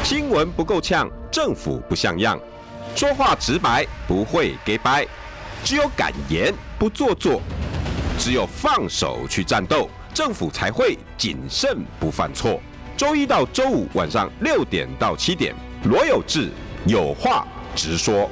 新闻不够呛，政府不像样，说话直白，不会给掰，只有敢言不做作，只有放手去战斗，政府才会谨慎不犯错。周一到周五晚上6点到7点，罗有志有话直说。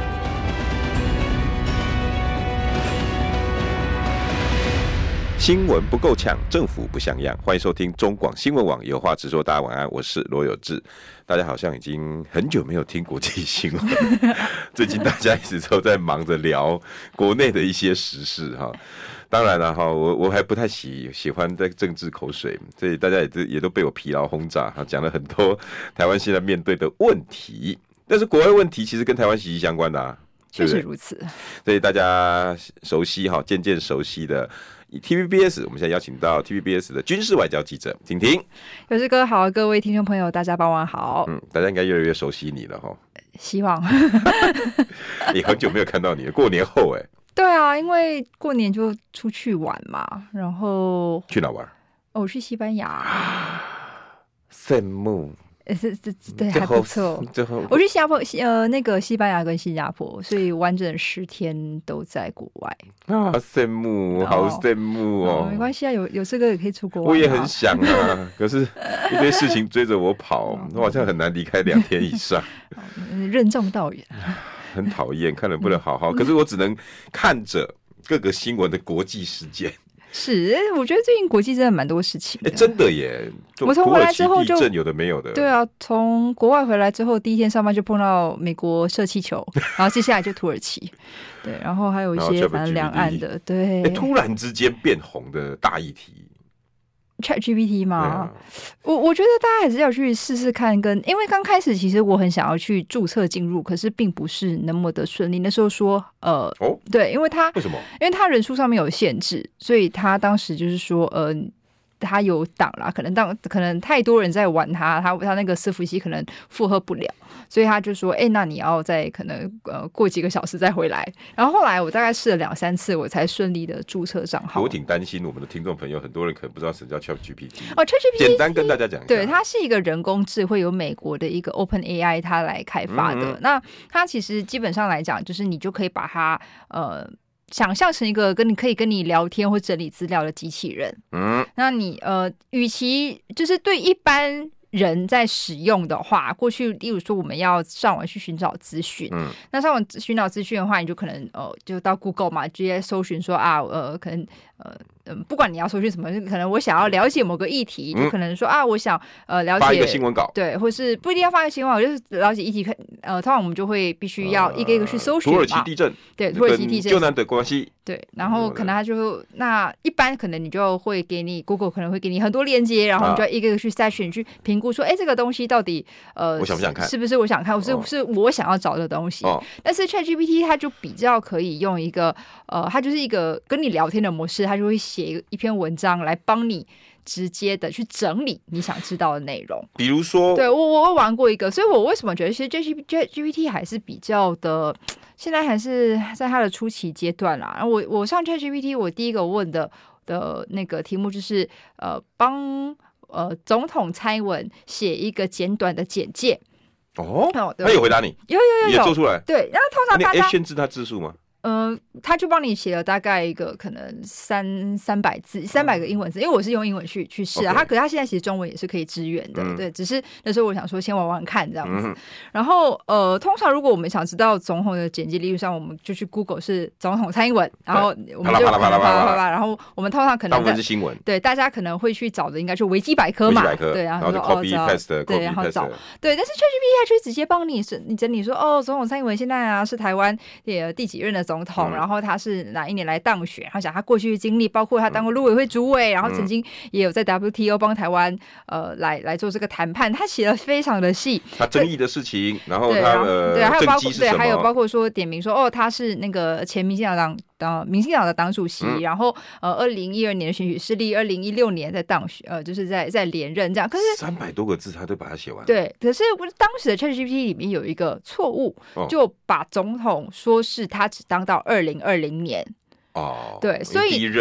新闻不够呛，政府不像样。欢迎收听中广新闻网有话直说。大家晚安，我是罗有志。大家好像已经很久没有听国际新闻，最近大家一直都在忙着聊国内的一些时事哈。当然了哈，我还不太喜欢在政治口水，所以大家也都被我疲劳轰炸哈，讲了很多台湾现在面对的问题。但是国外问题其实跟台湾息息相关的啊， 确实如此。 所以大家熟悉哈，渐渐熟悉的。TVBS， 我们现在邀请到 TVBS 的军事外交记者婷婷。 有志哥好，各位听众朋友，大家傍晚好。 大家应该越来越熟悉你了哈。 希望。 也很久没有看到你了，过年后哎。 对啊，因为过年就出去玩嘛，然后去哪玩？ 我去西班牙。 羡慕。 对，还不错。我去新加坡，那个西班牙跟新加坡，所以完整10天都在国外。 啊，羡慕，好羡慕哦！ 没关系啊，有这个也可以出国玩。 我也很想啊，可是一堆事情追着我跑，我好像很难离开2天以上。 任重道远， 很讨厌，看了不能好好。可是我只能看着各个新闻的国际事件。 是，我觉得最近国际真的蛮多事情的。 真的耶！ 我从回来之后就地震有的没有的。 对啊，从国外回来之后，第一天上班就碰到美国射气球，然后接下来就土耳其，对，然后还有一些反正两岸的，对。 突然之间变红的大议题。 ChatGPT 嘛，我觉得大家还是要去试试看，因为刚开始其实我很想要去注册进入，可是并不是那么的顺利。那时候说对，因为他为什么？ 因为他人数上面有限制，所以他当时就是说他有挡啦，可能太多人在玩他那个伺服器可能负荷不了，所以他就说那你要再可能过几个小时再回来。然后后来我大概试了2-3次，我才顺利的注册账号。 我挺担心我们的听众朋友，很多人可能不知道什么叫 ChatGPT。 ChatGPT 简单跟大家讲一下。 对，它是一个人工智慧，由美国的一个 OpenAI 它来开发的。那它其实基本上来讲，就是你就可以把它想象成一个可以跟你聊天或整理资料的机器人。那你与其就是对一般人在使用的话，过去例如说我们要上网去寻找资讯，那上网寻找资讯的话，你就可能就到 Google 嘛，直接搜寻说可能不管你要搜寻什么，可能我想要了解某个议题，就可能说我想了解发一个新闻稿， 对，或是不一定要发一个新闻稿，就是了解议题。通常我们就会必须要一个一个去搜寻嘛。 土耳其地震， 对，土耳其地震， 救难的关系。 对，然后可能他就那一般可能你就会给你 Google 可能会给你很多链接，然后你就要一个一个去筛选去评估说，这个东西到底我想不想看？ 是不是我想看，或是我想要找的东西？但是 ChatGPT 它就比较可以用一个它就是一个跟你聊天的模式，它就会写一篇文章来帮你直接的去整理你想知道的内容。 比如说， 对我玩过一个，所以我为什么觉得其实 ChatGPT 还是比较的，现在还是在它的初期阶段啦。然后我上 ChatGPT， 我第一个问的那个题目就是帮总统蔡英文写一个简短的简介。 他有回答你？ 有也做出来。 对，然后通常大家限制他字数吗？ 他就帮你写了大概一个可能300字，300个英文字，因为我是用英文去试啊。可是他现在其实中文也是可以支援的，对。只是那时候我想说先玩玩看这样子。然后通常如果我们想知道总统的简介，例如像我们就去 Google 是总统蔡英文，然后我们就啪啦啪啦，然后我们通常可能大部分是新闻， 对，大家可能会去找的应该是维基百科嘛，对，然后就 copy paste， 对，然后找，对。但是 ChatGPT 它就直接帮你整理说，总统蔡英文现在是台湾第几任的总统，然后他是哪一年来当选，然后讲他过去的经历，包括他当过陆委会主委，然后曾经也有在 WTO 帮台湾来做这个谈判，他写的非常的细，他争议的事情，然后他政绩是什么， 还有包括说点名说他是那个前民进党的党主席，然后2012年的选举失利，2016年在当选，就是在连任这样。可是 300多个字他都把它写完了。 对，可是当时的 ChatGPT 里面有一个错误，就把总统说是他只当到2020年。 哦， 对，所以第一任。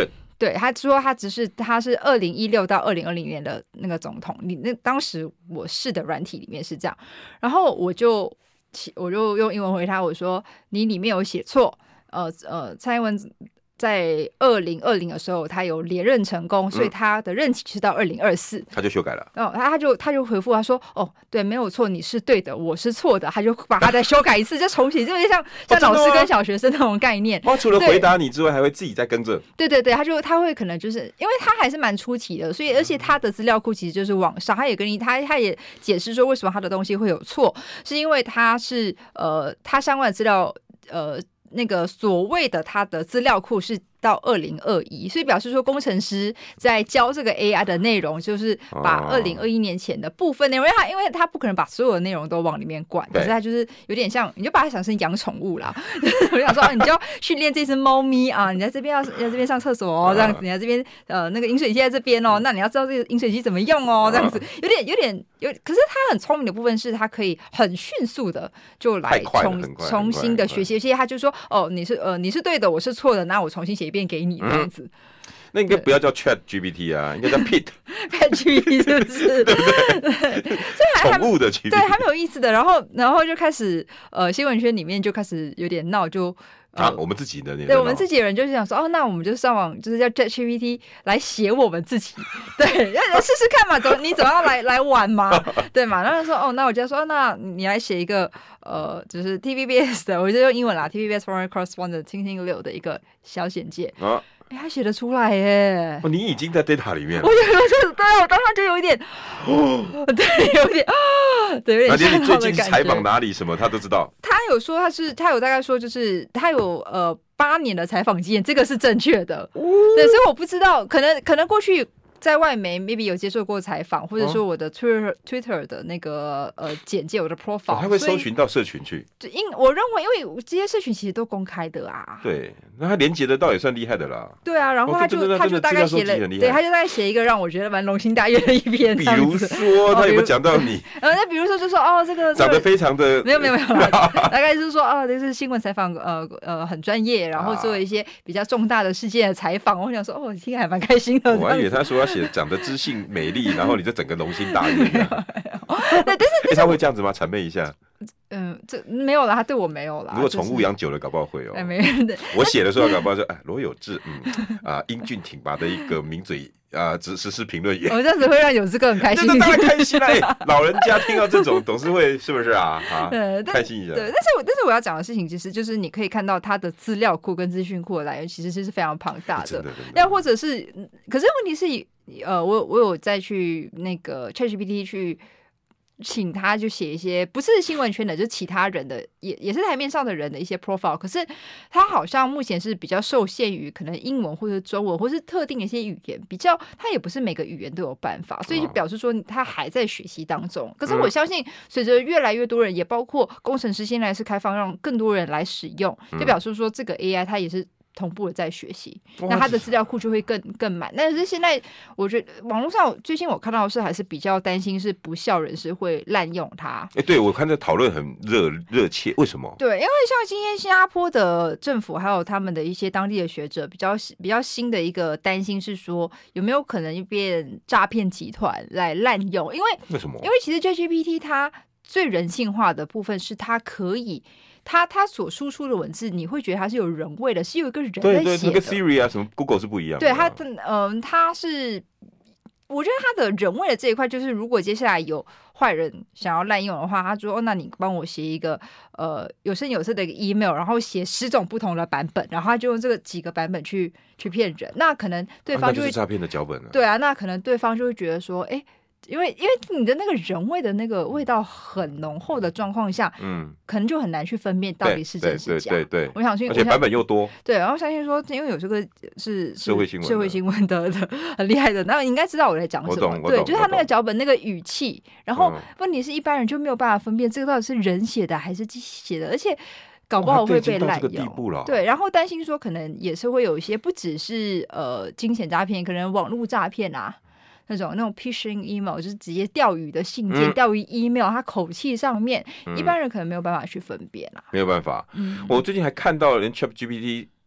对，他说他是2016到2020年的那个总统，当时我试的软体里面是这样，然后我就用英文回他，我说你里面有写错，蔡英文在2020的时候，他有连任成功，所以他的任期是到2024， 他就修改了。 他就回复他说：“哦，对，没有错，你是对的，我是错的。”他就把他再修改一次，就重写，就有点像老师跟小学生那种概念。 除了回答你之外，还会自己再更正。 对，他会可能就是因为他还是蛮出题的，所以而且他的资料库其实就是网上，他也解释说为什么他的东西会有错，是因为他是他相关的资料那个所谓的他的资料库是到2021，所以表示说工程师在教这个 AI 的内容，就是把2021年前的部分内容，因为他不可能把所有的内容都往里面灌，可是他就是有点像，你就把它想成养宠物啦。我想说，你就要训练这只猫咪啊，你在这边要这边上厕所哦，这样子，你在这边那个饮水机在这边哦，那你要知道这个饮水机怎么用哦，这样子，可是他很聪明的部分是他可以很迅速的就来重新的学习，而且他就说你是对的，我是错的，那我重新写一遍给你这样子。 那应该不要叫 Chat GPT 啊，应该叫 Pit GPT 是不是？对，所以宠物的 GPT， 对，还蛮有意思的。然后就开始新闻圈里面就开始有点闹，就我们自己的， 对，我们自己的人就是想说，那我们就上网，就是叫 ChatGPT 来写我们自己，对，试试看嘛，你总要来玩嘛，对嘛？然后说，那我就说，那你来写一个就是 TVBS 的，我就用英文啦 ，TVBS Foreign Correspondent 6的一个小简介啊。他写得出来耶！ 你已经在 data 里面了。 我当时就有一点，对，有点对，有点吓到的感觉。 你最近采访哪里什么，他都知道。 他有说他有大概说，就是他有8年的采访经验，这个是正确的。对，所以我不知道，可能过去在外媒 maybe 有接受过采访，或者说我的 Twitter 的那个简介，我的 profile， 他会搜寻到社群去。 我认为，因为这些社群其实都公开的啊。 对，那他连接得到也算厉害的啦。 对啊，然后他就大概写了，对，他就大概写一个让我觉得蛮龙心大悦的一篇。 比如说，他有没有讲到你？ 那比如说就说这个长得非常的没有，大概就是说这是新闻采访很专业，然后做一些比较重大的事件的采访。我想说听还蛮开心的。 我还以为他说要讲的知性美丽，然后你就整个龙心大悦。对，但是他会这样子吗？谄媚一下。 这没有啦，他对我没有啦。 如果宠物养久了，搞不好会没人的。 我写的时候，搞不好说罗有志，英俊挺拔的一个名嘴时事评论员。 这样子会让有志哥很开心。 当然开心啦！老人家听到这种董事会是不是啊？开心一下。 对，但是我要讲的事情，其实就是你可以看到他的资料库跟资讯库的来源其实是非常庞大的。要或者是，可是问题是，我有再去那个 ChatGPT 去请他就写一些不是新闻圈的，就是其他人的，也是台面上的人的一些 profile， 可是他好像目前是比较受限于可能英文或者中文或是特定的一些语言，他也不是每个语言都有办法，所以就表示说他还在学习当中。可是我相信随着越来越多人，也包括工程师，现在是开放让更多人来使用，就表示说这个 AI 它也是同步的在学习，那它的资料库就会更满。但是现在我觉得网络上最近我看到的是还是比较担心是不肖人士会滥用它。 对，我看这讨论很热切，为什么？ 对，因为像今天新加坡的政府还有他们的一些当地的学者比较新的一个担心是说，有没有可能变诈骗集团来滥用？ 为什么？ 因为其实 ChatGPT 它最人性化的部分是它可以。他所输出的文字，你会觉得它是有人味的，是有一个人在写的。 对，那个 Siri 什么 Google 是不一样的。 对，他是，我觉得他的人味的这一块，就是如果接下来有坏人想要滥用的话，他说那你帮我写一个有声有色的一个 email， 然后写10种不同的版本，然后他就用这个几个版本去骗人，那可能对方就会那就是诈骗的脚本了。 对啊，那可能对方就会觉得说，因为你的那个人味的那个味道很浓厚的状况下，可能就很难去分辨到底是真是假。 对， 我相信， 而且版本又多。 对，然后相信说，因为有这个是社会新闻的很厉害的，那你应该知道我在讲什么。对，就是他那个脚本那个语气，然后问题是一般人就没有办法分辨这个到底是人写的还是机器写的，而且搞不好会被滥用。对，然后担心说可能也是会有一些不只是金钱诈骗，可能网络诈骗啊。那种 phishing email 就是直接钓鱼的信件、钓鱼 email， 它口气上面，一般人可能没有办法去分辨啊。 没有办法。我最近还看到连 ChatGPT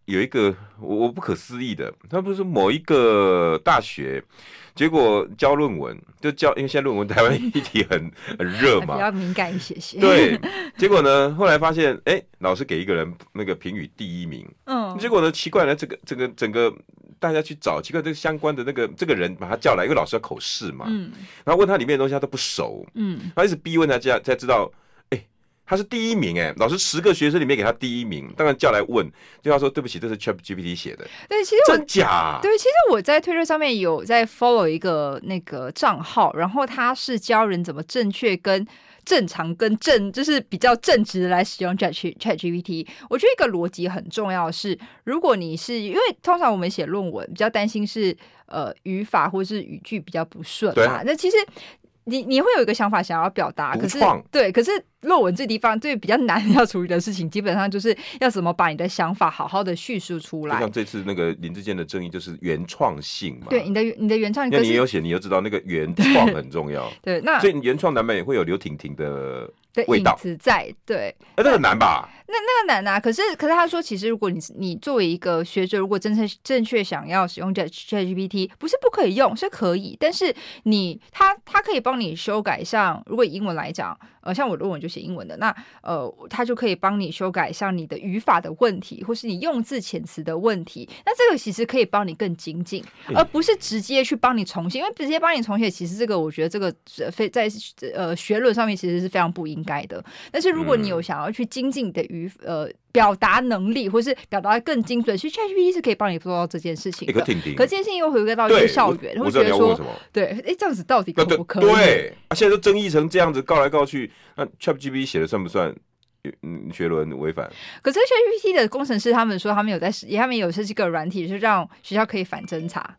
有一个我不可思议的，他不是某一个大学。结果交论文就交，因为现在论文台湾议题很热嘛， 比较敏感一些些。 对，结果呢，后来发现，老师给一个人那个评语第一名，结果呢，奇怪了，整个大家去找，奇怪这个相关的这个人把他叫来，因为老师要口试嘛，然后问他里面的东西他都不熟，他一直逼问他才知道。他是第一名老师10个学生里面给他第一名，当然叫来问，就他说对不起，这是 ChatGPT 写的。 对，其实真假？ 对，其实我在推特上面有在 follow 一个那个账号，然后他是教人怎么正确跟正常跟就是比较正直的来使用 ChatGPT。我觉得一个逻辑很重要的是，如果你是因为通常我们写论文比较担心是语法或是语句比较不顺嘛，那其实。你会有一个想法想要表达，可是论文这地方最比较难要处理的事情，基本上就是要怎么把你的想法好好的叙述出来。 就像这次那个林智坚的争议就是原创性嘛， 对你的原创， 那你也有写，你就知道那个原创很重要。 对，那所以原创难免也会有刘婷婷的味道在，对， 那个难吧？ 那个难啊！可是他说，其实如果你作为一个学者，如果正确想要使用 ChatGPT， 不是不可以用，是可以，但是它可以帮你修改，像如果以英文来讲，像我的论文就写英文的，那它就可以帮你修改像你的语法的问题，或是你用字遣词的问题。那这个其实可以帮你更精进，而不是直接去帮你重写，因为直接帮你重写，其实这个我觉得这个在学论上面其实是非常不应该的。但是如果你有想要去精进你的表达能力，或是表达更精准，其实 ChatGPT 是可以帮你做到这件事情的。可这件事情又回归到一些校园，会觉得说，对，这样子到底可不可以？ 对，现在都争议成这样子，告来告去，那 ChatGPT 写的算不算学伦违反？ 可是 ChatGPT 的工程师他们说，他们有设计个软体，就是让学校可以反侦查。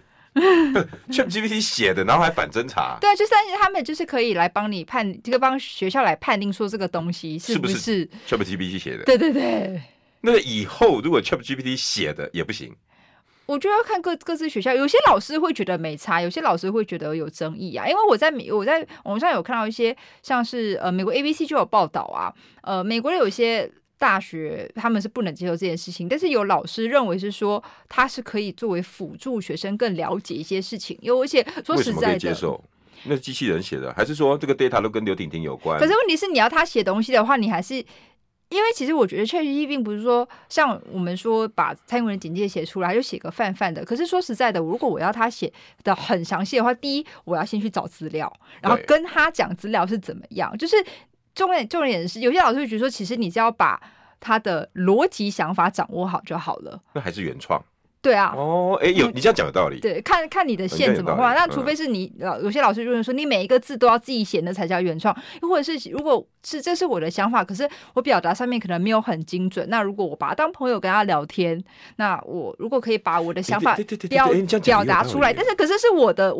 ChatGPT 写的，然后还反侦查。 对，就是他们就是可以来帮你帮学校来判定说这个东西是不是 ChatGPT 写的。 对对对。 那个以后如果 ChatGPT 写的也不行。 我觉得要看各自学校，有些老师会觉得没差，有些老师会觉得有争议啊。因为我在网上有看到一些像是美国 ABC 就有报道啊，美国的有些大学他们是不能接受这件事情，但是有老师认为是说它是可以作为辅助学生更了解一些事情，而且说实在的，为什么可以接受？那是机器人写的，还是说这个 data 都跟刘婷婷有关？ 可是问题是，你要他写东西的话，你还是因为其实我觉得 ChatGPT 并不是说像我们说把蔡英文的简介写出来就写个泛泛的，可是说实在的，如果我要他写的很详细的话，第一我要先去找资料，然后跟他讲资料是怎么样，就是重点是有些老师会觉得说，其实你只要把他的逻辑想法掌握好就好了，那还是原创。对啊， 你这样讲有道理。 对，看你的线怎么画。那除非是你有些老师就会说，你每一个字都要自己写，那才叫原创。又或者是如果是这是我的想法，可是我表达上面可能没有很精准。那如果我把他当朋友跟他聊天，那我如果可以把我的想法表达出来，但是可是我的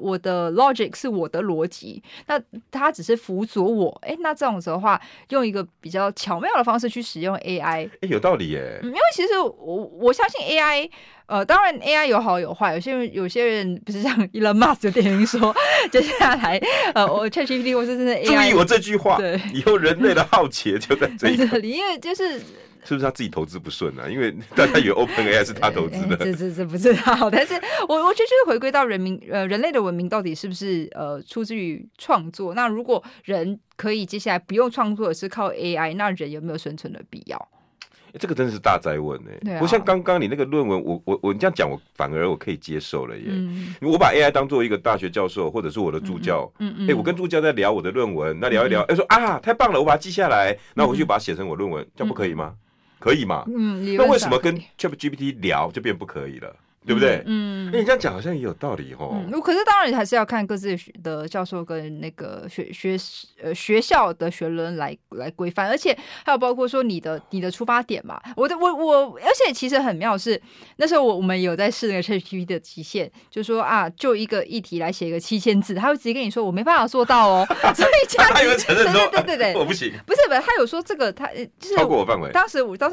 logic 是我的逻辑，那他只是辅佐我。那这种子的话，用一个比较巧妙的方式去使用 AI， 有道理耶。 因为其实我相信 AI。当然 AI 有好有坏，有些人不是像 Elon Musk 有点名说，接下来我 ChatGPT 或是真的 AI， 注意我这句话，对，以后人类的好奇就在这里， 因为就是不是他自己投资不顺啊？因为大家以为 OpenAI 是他投资的， 这不知道。但是我觉得就是回归到人类的文明到底是不是出自于创作？那如果人可以接下来不用创作，而是靠 AI， 那人有没有生存的必要？ 这个真的是大哉问对啊， 不像刚刚你那个论文，我这样讲，我反而我可以接受了耶。我把 AI 当做一个大学教授，或者是我的助教，我跟助教在聊我的论文，那聊一聊，说啊太棒了，我把它记下来，那我回去把它写成我论文，这样不可以吗？可以嘛？那为什么跟 ChatGPT 聊就变不可以了？对不对？你这样讲好像也有道理哦。 可是当然还是要看各自的教授跟那个学校的学论来规范，而且还有包括说你的出发点嘛。而且其实很妙是，那时候我们有在试那个 ChatGPT 的极限，就说啊，就一个议题来写一个7000字，他会直接跟你说我没办法做到哦。所以他有承认说， 对， 我不行， 不是，他有说这个他就是超过我范围。 当时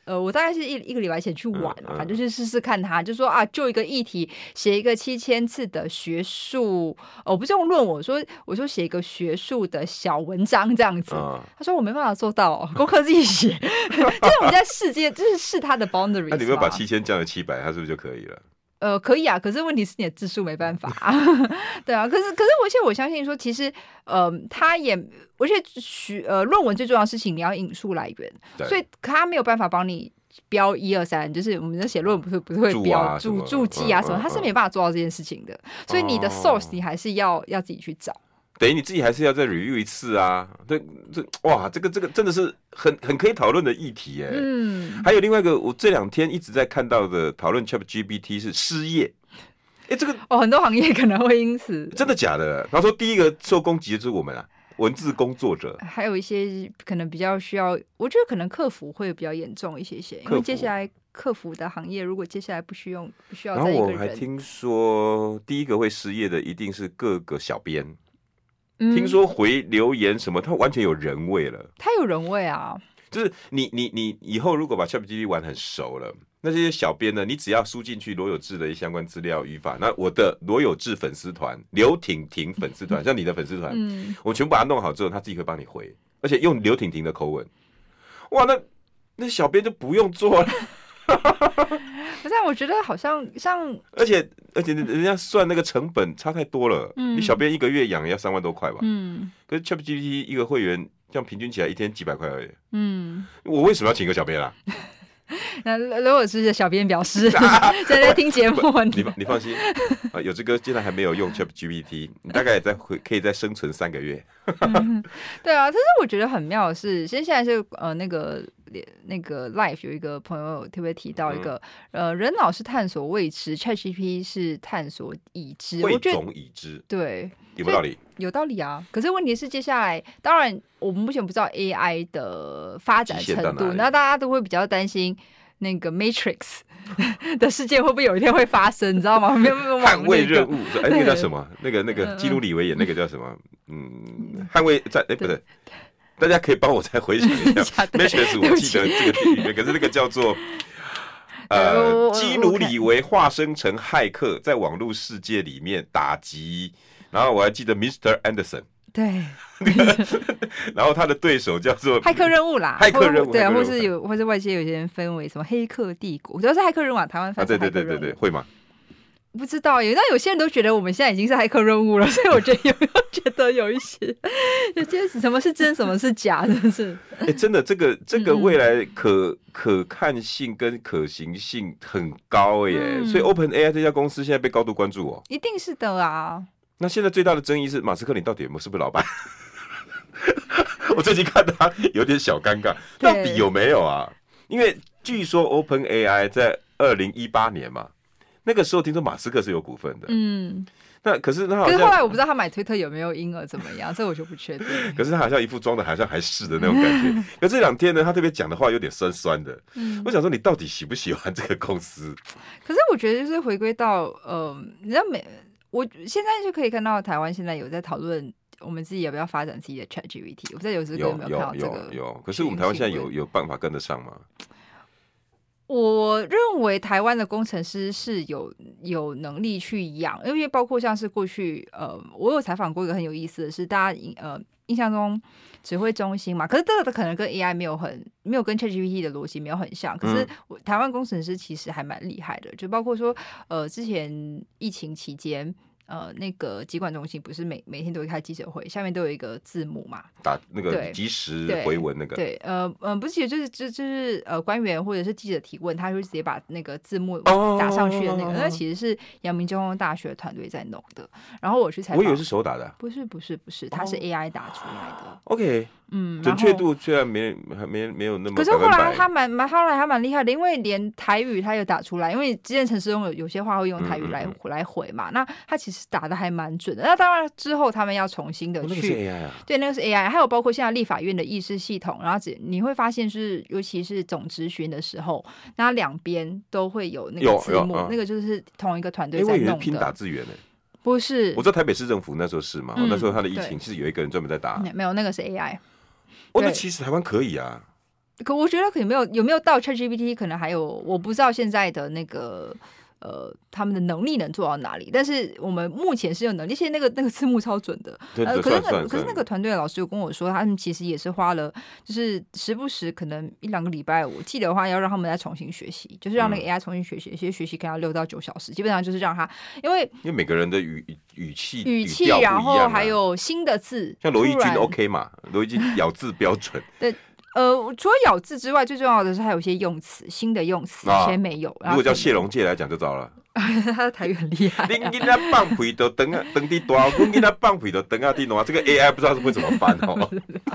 我大概是一个礼拜前去玩嘛，反正就试试看它，就说啊，就一个议题写一个7000字的学术，我不是用论文，我说写一个学术的小文章这样子。他说我没办法做到，功课自己写。就是我们在世界，就是试他的 boundaries。 那你没有把7000降了700，他是不是就可以了？ 可以啊，可是问题是你的字数没办法对啊，可是我相信说，其实他也，而且论文最重要的事情你要引述来源，所以他没有办法帮你标1、2、3，就是我们在写论文不是会标注记啊什么，他是没办法做到这件事情的，所以你的 source 你还是要自己去找。 等于你自己还是要再 review 一次啊，对，哇，这个真的是很可以讨论的议题耶。还有另外一个，我这2天一直在看到的讨论 ChatGPT 是失业。这个很多行业可能会因此。 真的假的？他说第一个受攻击的就是我们啊，文字工作者， 还有一些可能比较需要，我觉得可能客服会比较严重一些，因为接下来客服的行业如果接下来不需要再一个人。 然后我还听说第一个会失业的一定是各个小编。听说回留言什么，他完全有人味了。 他有人味啊， 就是你以后如果把 ChatGPT 玩很熟了，那这些小编呢，你只要输进去罗有志的相关资料、语法，那我的罗有志粉丝团、刘婷婷粉丝团，像你的粉丝团，我全部把它弄好之后，他自己会帮你回，而且用刘婷婷的口吻，哇，那小编就不用做了。 可是我觉得好像而且人家算那个成本差太多了。你小编1个月养要3万多块吧。可是 ChatGPT 一个会员这样平均起来1天几百块而已。我为什么要请个小编啊？ 那罗有志的小编表示在听节目。 你放心啊，有志哥现在还没有用 ChatGPT， 你大概可以再生存3个月。 对啊，但是我觉得很妙的是，现在是那个 Live 有一个朋友特别提到一个人脑是探索未知 ，ChatGPT 是探索已知， 未总已知， 对， 有没有道理？ 有道理啊。可是问题是，接下来当然我们目前不知道 AI 的发展程度，那大家都会比较担心那个 Matrix 的事件会不会有一天会发生，你知道吗？ 捍卫任务，那个叫什么？那个基努里维演那个叫什么？捍卫战，不对。大家可以帮我再回想一下，Matrix 我记得这个电影里面，可是那个叫做基努里维化身成骇客，在网络世界里面打击，然后我还记得 Mr. Anderson， 对， 然后他的对手叫做骇客任务啦， 骇客任务， 对，或是外界有些人分为什么黑客帝国，主要是骇客任务，台湾翻译骇客任务， 对，会吗？ 不知道耶，那有些人都觉得我们现在已经是骇客任务了，所以我觉得有一些什么是真，什么是假，真的是。 真的，这个未来可看性跟可行性很高耶，所以 OpenAI 这家公司现在被高度关注哦。 一定是的啊。 那现在最大的争议是马斯克，你到底是不是老板？我最近看他有点小尴尬，到底有没有啊？因为据说 OpenAI 在2018年嘛。那个时候听说马斯克是有股份的，那可是他好像， 可是后来我不知道他买推特有没有因而怎么样，这我就不确定。可是他好像一副装的好像还是的那种感觉。可这2天呢，他特别讲的话有点酸酸的。我想说你到底喜不喜欢这个公司？ 可是我觉得就是回归到你知道我现在就可以看到台湾现在有在讨论我们自己要不要发展自己的 ChatGPT。我不知道有时候有没有看到这个？ 有。可是我们台湾现在有办法跟得上吗？ 我认为台湾的工程师是有能力去养，因为包括像是过去我有采访过一个很有意思的是，大家印象中指挥中心嘛，可是这个可能跟 AI 没有跟 ChatGPT 的逻辑没有很像，可是台湾工程师其实还蛮厉害的，就包括说之前疫情期间。那个疾管中心不是每天都会开记者会，下面都有一个字幕嘛， 打那个即时回文那个。 对，不是，就是官员或者是记者提问，他会直接把那个字幕打上去的那个，那其实是阳明交通大学团队在弄的。然后我去采访， 我以为是手打的， 不是，它是 AI 打出来的。 OK，准确度虽然没有那么， 可是后来他蛮厉害的，因为连台语他有打出来，因为之前陈时中有些话会用台语来回嘛，那他其实打的还蛮准的。那当然之后他们要重新的去， 那个是 AI 啊， 对，那个是 AI， 还有包括现在立法院的议事系统，然后你会发现是尤其是总质询的时候，那两边都会有那个字幕，那个就是同一个团队在弄的。 拼打字员不是， 我知道台北市政府那时候是嘛，那时候他的疫情是有一个人专门在打， 没有，那个是 AI。 那其实台湾可以啊。 可我觉得可能有没有到 ChatGPT， 可能还有我不知道现在的那个他们的能力能做到哪里，但是我们目前是有能力，现在那个字幕超准的。可是那个团队的老师有跟我说，他们其实也是花了，就是时不时可能1-2个礼拜，我记得的话要让他们再重新学习，就是让那个 AI 重新学习，一些学习可能要6到9小时，基本上就是让他，因为每个人的语气， 然后还有新的字， 像罗毅军 OK 嘛，罗毅军咬字标准。 对。除了咬字之外，最重要的是还有一些用词，新的用词以前没有。 如果叫谢龙介来讲就糟了。 他的台语很厉害。 恁囡仔放屁都等伫大，阮囡仔放屁都等啊伫哪？这个 AI 不知道是会怎么翻哦。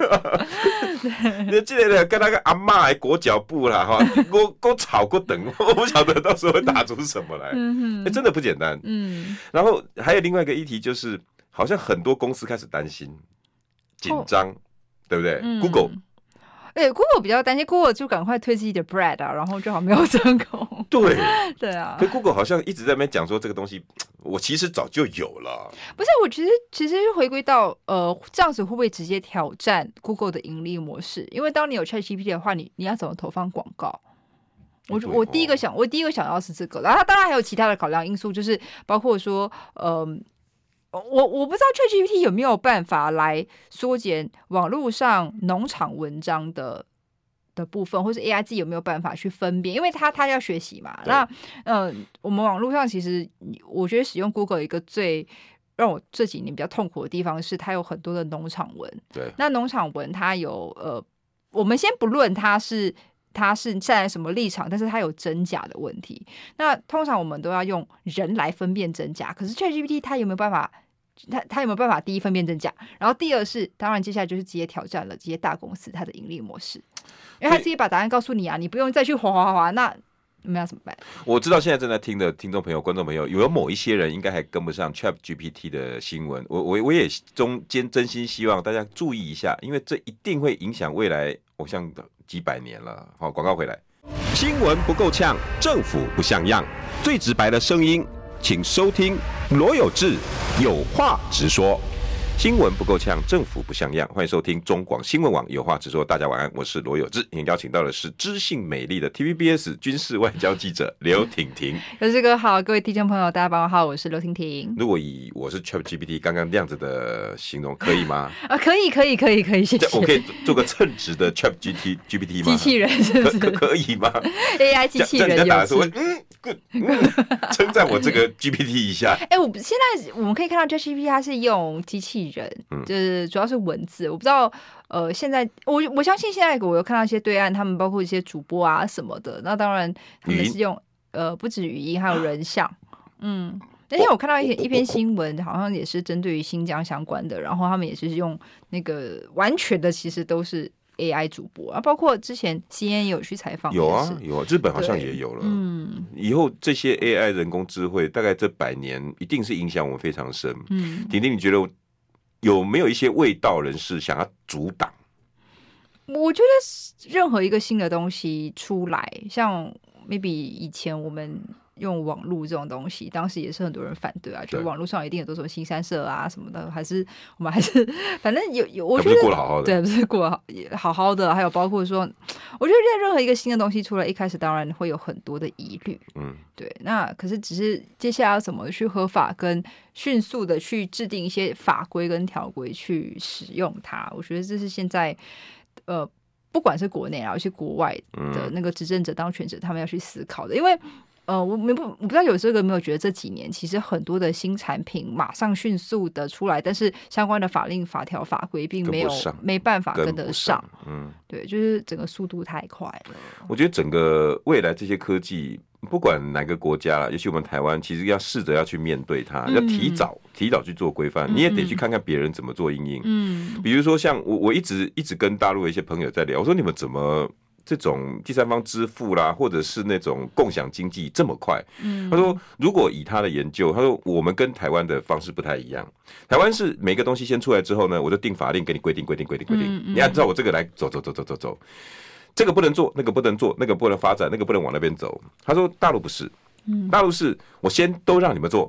这个跟那个阿嬷的裹脚布啦哈，够吵够等，我不晓得到时候会打出什么来。真的不简单。然后还有另外一个议题就是，好像很多公司开始担心、紧张，对不对？Google。 对 ，Google 比较担心 ，Google 就赶快推自己的 Brad 啊，然后就好没有成功。对啊。 可 Google 好像一直在那边讲说这个东西，我其实早就有了。 不是，我其实回归到这样子会不会直接挑战 Google 的盈利模式？因为当你有 ChatGPT 的话，你要怎么投放广告？我第一个想到是这个，然后当然还有其他的考量因素，就是包括说我不知道 ChatGPT 有没有办法来缩减网络上农场文章的部分，或是 AI 自己有没有办法去分辨，因为它要学习嘛。那我们网络上其实我觉得使用 Google 一个最让我这几年比较痛苦的地方是，它有很多的农场文。 对， 那农场文它有我们先不论它是站在什么立场，但是它有真假的问题。那通常我们都要用人来分辨真假，可是 ChatGPT 它有没有办法？他有没有办法第一分辨真假？然后第二是，当然接下来就是直接挑战了这些大公司它的盈利模式，因为他直接把答案告诉你啊，你不用再去划，那你们要怎么办？ 我知道现在正在听的听众朋友、观众朋友，有某一些人应该还跟不上 ChatGPT 的新闻。我也中间真心希望大家注意一下，因为这一定会影响未来，我想几百年了。好，广告回来，新闻不够呛，政府不像样，最直白的声音。请收听罗有志有话直说，新闻不够呛，政府不像样。欢迎收听中广新闻网有话直说。大家晚安，我是罗有志。今天邀请到的是知性美丽的 TVBS 军事外交记者刘婷婷。 有志哥好，各位听众朋友，大家晚上好，我是刘婷婷。 如果以我是 ChatGPT 刚刚那样子的形容，可以吗？ 可以，谢谢。 我可以做个称职的 ChatGPT 吗？ 机器人是不是？ 可以吗 ？AI 机器人打的时候，称赞我这个 GPT 一下。 现在我们可以看到 ChatGPT 它是用机器人，就是主要是文字。我不知道现在我相信现在我有看到一些对岸，他们包括一些主播啊什么的，那当然他们是用不止语音，还有人像。那天我看到一篇新闻，好像也是针对于新疆相关的，然后他们也是用那个完全的，其实都是 AI 主播啊，包括之前 CNN 有去采访， 有啊，日本好像也有了。以后这些 AI 人工智慧，大概这100年一定是影响我们非常深。婷婷，你觉得有没有一些卫道人士想要阻挡？ 我觉得任何一个新的东西出来，像 maybe 以前我们用网络这种东西，当时也是很多人反对啊，觉得网络上一定有多种新三色啊什么的，我们还是反正有，我觉得不是过得好好的， 对，不是过得好好的，还有包括说，我觉得任何一个新的东西出来，一开始当然会有很多的疑虑，对，那可是只是接下来要怎么去合法跟迅速的去制定一些法规跟条规去使用它，我觉得这是现在不管是国内啊，还是国外的那个执政者、当权者，他们要去思考的，因为。我不知道有这个没有觉得这几年其实很多的新产品马上迅速的出来，但是相关的法令、法条、法规并没办法跟得上。对，就是整个速度太快了。 我觉得整个未来这些科技，不管哪个国家，尤其我们台湾，其实要试着要去面对它，要提早去做规范。你也得去看看别人怎么做因应。比如说像我一直跟大陆的一些朋友在聊，我说你们怎么？这种第三方支付啦，或者是那种共享经济这么快，他说，如果以他的研究，他说我们跟台湾的方式不太一样。台湾是每个东西先出来之后呢，我就定法令给你规定，你按照我这个来走，这个不能做，那个不能做，那个不能发展，那个不能往那边走。他说大陆不是，大陆是我先都让你们做。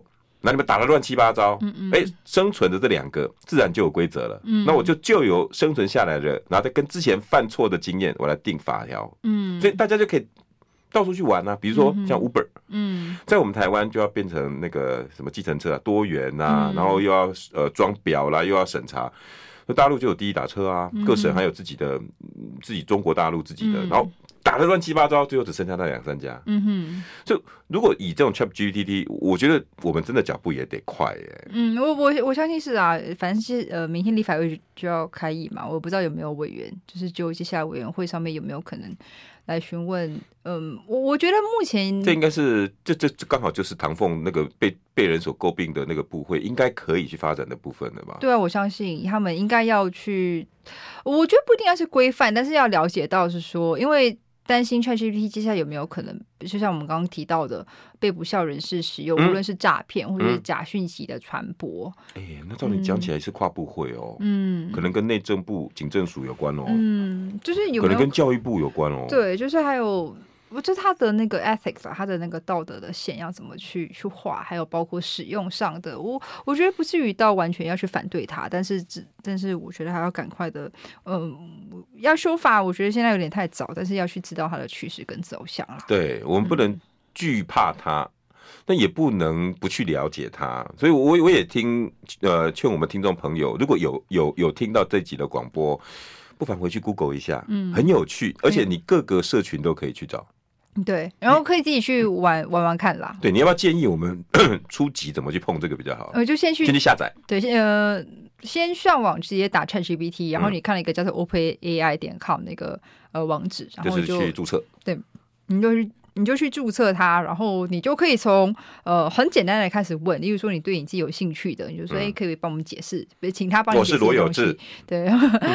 那你们打得乱七八糟，生存的这2个自然就有规则了。那我就有生存下来的，然后再跟之前犯错的经验，我来定法条。所以大家就可以到处去玩啊。比如说像 Uber，在我们台湾就要变成那个什么计程车啊，多元啊，然后又要装表啦，又要审查。那大陆就有滴滴打车啊，各省还有自己中国大陆自己的，然后打得乱七八糟，最后只剩下那2-3家。就如果以这种 ChatGPT， 我觉得我们真的脚步也得快耶。 我相信是啊，反正是明天立法会就要开议嘛，我不知道有没有委员，就是就接下来委员会上面有没有可能来询问。我觉得目前这应该是这刚好就是唐凤那个被人所诟病的那个部会，应该可以去发展的部分了吧？ 对啊，我相信他们应该要去，我觉得不一定要是规范，但是要了解到是说，因为担心 ChatGPT 接下来有没有可能，就像我们刚刚提到的，被不肖人士使用，无论是诈骗或者是假讯息的传播。 那照你讲起来是跨部会哦，可能跟内政部警政署有关哦， 就是有没有可能跟教育部有关哦， 对，就是还有。就是他的那个 ethics 他的那个道德的线要怎么去画，还有包括使用上的，我觉得不至于到完全要去反对他，但是我觉得还要赶快的，要修法，我觉得现在有点太早，但是要去知道它的趋势跟走向啦。 对，我们不能惧怕它，但也不能不去了解它，所以我也劝我们听众朋友，如果有听到这集的广播，不妨回去 Google 一下，很有趣，而且你各个社群都可以去找。 对，然后可以自己去玩看啦。 对，你要不要建议我们初级怎么去碰这个比较好？ 就先去下载。对， 先上网直接打 ChatGPT， 然后你看了一个叫做 openai.com 那个网址，然后就是去注册。 对，你就去注册它，然后你就可以从很简单的开始问，例如说你对你自己有兴趣的，你就说可以帮我们解释，请他帮你解释。 我是罗有志。 对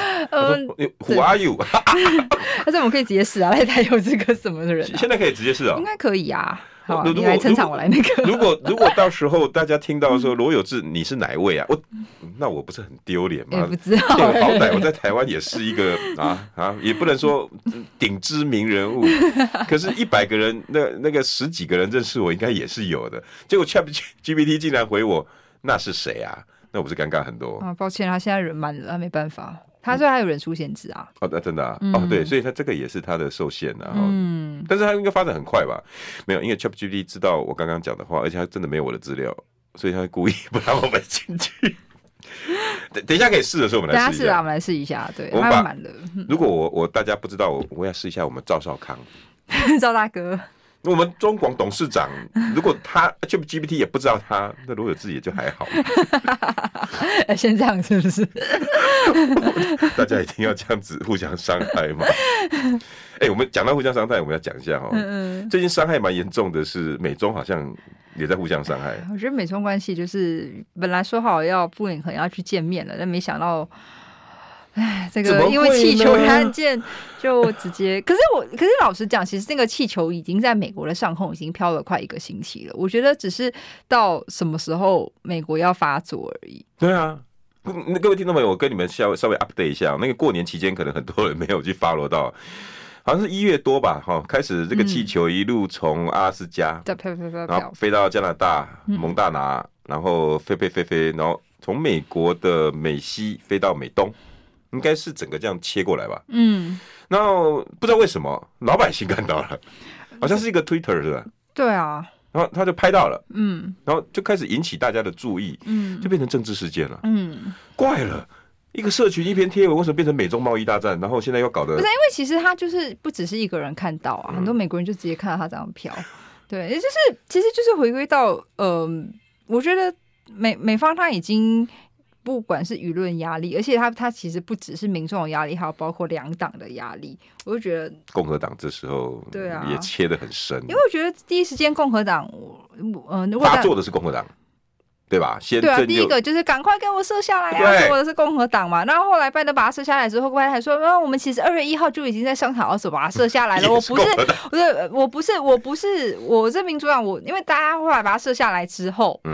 ，Who are you？ 但是我们可以直接试啊，他有这个什么的人现在可以直接试啊， 应该可以啊。好，你来撑场，我来那个。 如果到时候大家听到说罗有志你是哪一位啊？那我不是很丢脸吗？ 不知道， 好歹我在台湾也是一个也不能说顶知名人物，可是100个人那个10几个人认识我应该也是有的。结果 ChatGPT 竟然回我那是谁啊？那我不是尴尬很多啊？抱歉，他现在人满了，他没办法。他说他有人数限制啊。 真的啊。对，所以他这个也是他的受限啊。但是他应该发展很快吧？没有，因为 ChatGPT 知道我刚刚讲的话，而且他真的没有我的资料，所以他故意不让我们进去。等一下可以试的时候，我们来试一下。 我们来试一下。对， 我们他满了。 如果我大家不知道，我要试一下我们赵少康， 赵大哥。 我们中广董事长，如果他 ChatGPT 也不知道他，那如果有自己也就还好。 先这样是不是？ 大家一定要这样子互相伤害吗？我们讲到互相伤害，我们要讲一下最近伤害蛮严重的是美中好像也在互相伤害。 我觉得美中关系就是本来说好要布林肯要去见面了，但没想到。这个因为气球的案件就直接，可是老实讲，其实那个气球已经在美国的上空已经飘了快1个星期了。我觉得只是到什么时候美国要发作而已。 对啊，各位听众朋友，我跟你们稍微 update 一下，那个过年期间可能很多人没有去 follow 到。好像是1月多吧，开始这个气球一路从阿拉斯加，然后飞到加拿大蒙大拿，然后飞，然后从美国的美西飞到美东。应该是整个这样切过来吧，然后不知道为什么老百姓看到了，好像是一个 Twitter 是吧？ 对啊， 然后他就拍到了，然后就开始引起大家的注意，就变成政治事件了，怪了，一个社群一篇贴文，为什么变成美中贸易大战？然后现在又搞得不是因为其实他就是不只是一个人看到啊，很多美国人就直接看到他这样飘，对，其实就是回归到我觉得美方他已经。不管是舆论压力，而且他其实不只是民众的压力，还有包括2党的压力。我就觉得共和党这时候也切得很深， 因为我觉得第一时间共和党发作的是共和党，对吧？ 对啊，第一个就是赶快给我射下来啊！说的是共和党嘛。然后后来拜登把它射下来之后，拜登还说，我们其实2月1号就已经在商讨要怎么把它射下来了。我不是，我这民主党因为大家后来把它射下来之后，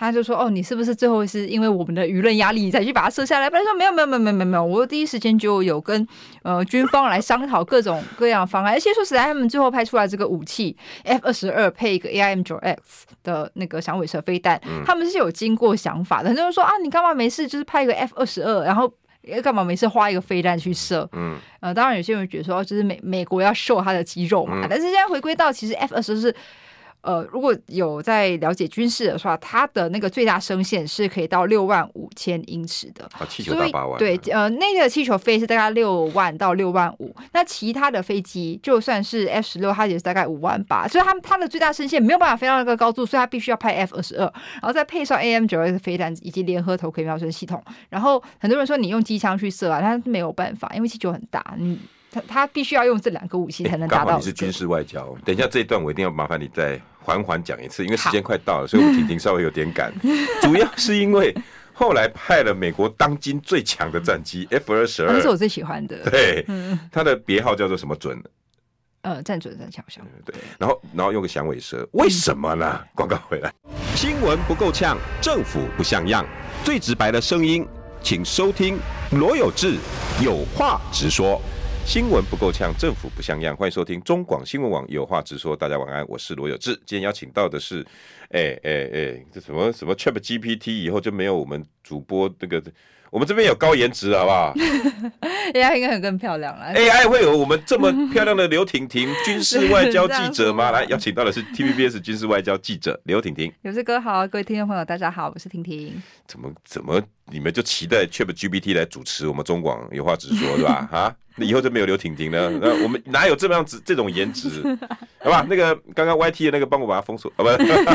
他就说：“哦，你是不是最后是因为我们的舆论压力才去把它射下来？”本来说没有，我第一时间就有跟军方来商讨各种各样的方案，而且说实在，他们最后拍出来这个武器 F-22配一个 AIM-9X 的那个响尾蛇飞弹，他们是有经过想法的。很多人说啊，你干嘛没事就是派一个 F-22，然后干嘛没事花一个飞弹去射？当然有些人觉得说，就是美国要秀他的肌肉嘛，但是现在回归到其实 F-22是。如果有在了解军事的话，它的那个最大升限是可以到65000英尺的， 气球到8万。 对，那个气球飞是大概6万到6万5，那其他的飞机就算是 F-16，它也是大概5万8，所以它的最大升限没有办法飞到那个高度，所以它必须要派 F-22，然后再配上 AIM-9X 飞弹以及联合头盔瞄准系统。然后很多人说你用机枪去射啊，但是没有办法，因为气球很大，他必须要用这2个武器才能达到。 刚好你是军事外交，等一下这一段我一定要麻烦你再缓讲一次，因为时间快到了，所以我婷婷稍微有点赶。主要是因为后来派了美国当今最强的战机 F-22， 那是我最喜欢的。 对，它的别号叫做什么准？ 战准战强。 对，然后用个响尾蛇，为什么呢？广告回来，新闻不够呛，政府不像样，最直白的声音，请收听罗有志有话直说。新闻不够呛，政府不像样，欢迎收听中广新闻网有话直说。大家晚安，我是罗有志。今天邀请到的是，这什么 ChatGPT 以后就没有我们主播那个，我们这边有高颜值好不好 ？AI 应该更漂亮了。 AI 会有我们这么漂亮的刘婷婷，军事外交记者吗？来，邀请到的是 TVBS 军事外交记者刘婷婷。 有志哥好，各位听众朋友大家好，我是婷婷。 怎么你们就期待 ChatGPT 来主持我们中广有话直说是吧？啊？那以后就没有刘婷婷了，我们哪有这种颜值？好吧，那个刚刚 YT 的那个帮我把它封锁，不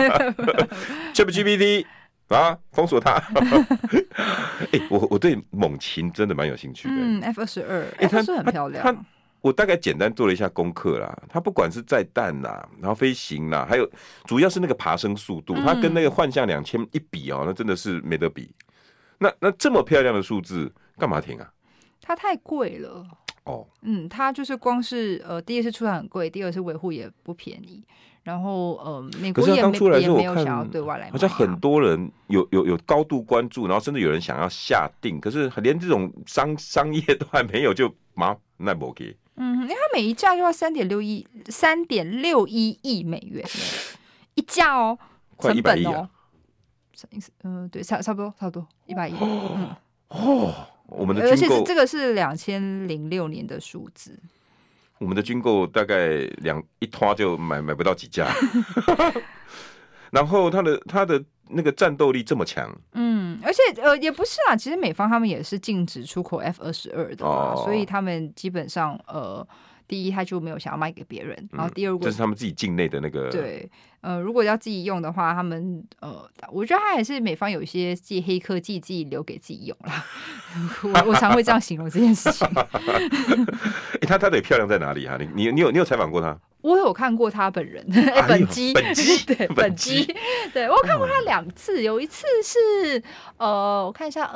，ChatGPT 啊，封锁它。我对猛禽真的蛮有兴趣的。 F-22，F-22很漂亮。 我大概简单做了一下功课啦，它不管是载弹啦，然后飞行啦，还有主要是那个爬升速度，它跟那个幻象2000一比哦，那真的是没得比。那这么漂亮的数字，干嘛停啊？ 它太贵了。它就是光是第一是出产很贵，第二是维护也不便宜，然后美国也没有想要对外来卖， 好像很多人有高度关注，然后甚至有人想要下定，可是连这种商业都还没有，就那不给。 因为它每一架就要3.61亿美元一架哦， 快100亿哦。对，差不多100亿。 我们的军购， 而且这个是2006年的数字。 我们的军购大概一拖就买不到几架，然后它的那个战斗力这么强， 而且也不是啦，其实美方他们也是禁止出口 F-22的嘛，所以他们基本上第一他就没有想要卖给别人，然后第二这是他们自己境内的那个对。如果要自己用的话，他们我觉得他还是美方有一些自己黑科技自己留给自己用啦。我常会这样形容这件事情。 他到底漂亮在哪里啊？你有采访过他？ 我有看过他本人，本机，对，本机，对我有看过他2次，有一次是我看一下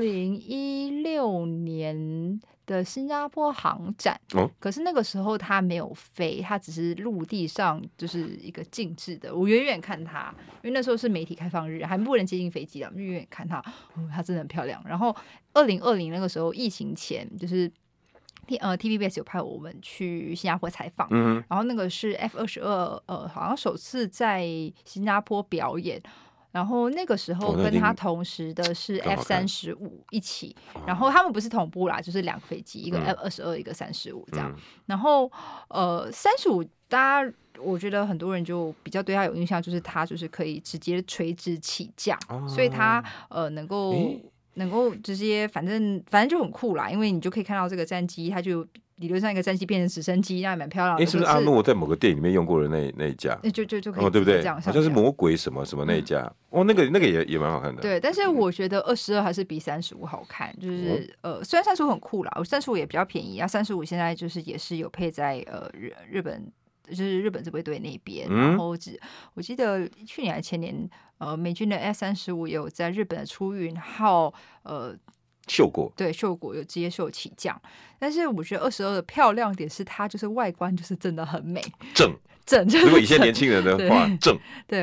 ，2016年。的新加坡航展，可是那个时候他没有飞，他只是陆地上就是一个静置的。我远远看他，因为那时候是媒体开放日，还不能接近飞机了，我就远远看他，他真的很漂亮。然后2020那个时候疫情前，就是TVBS 有派我们去新加坡采访，然后那个是 F-22，好像首次在新加坡表演。然后那个时候跟他同时的是 F-35一起，然后他们不是同步啦，就是2个飞机，一个 F-22，一个35这样。然后35，大家我觉得很多人就比较对他有印象，就是他就是可以直接垂直起降，所以他能够直接，反正就很酷啦，因为你就可以看到这个战机，它就理论上一个战机变成直升机，那也蛮漂亮的。 是不是阿诺在某个电影里面用过的那一架？ 就可以对不对？ 好像是魔鬼什么那一架，那个也蛮好看的。 对，但是我觉得22还是比35好看，就是虽然35很酷啦，35也比较便宜啊，35现在就是也是有配在日本。就是日本自卫队那边，然后我记得去年还前年，美军的 F-35也有在日本的出云号秀过， 对，秀过有接受起降。但是我觉得22的漂亮点是它就是外观就是真的很美， 正。 如果以前年轻人的话，正。 对，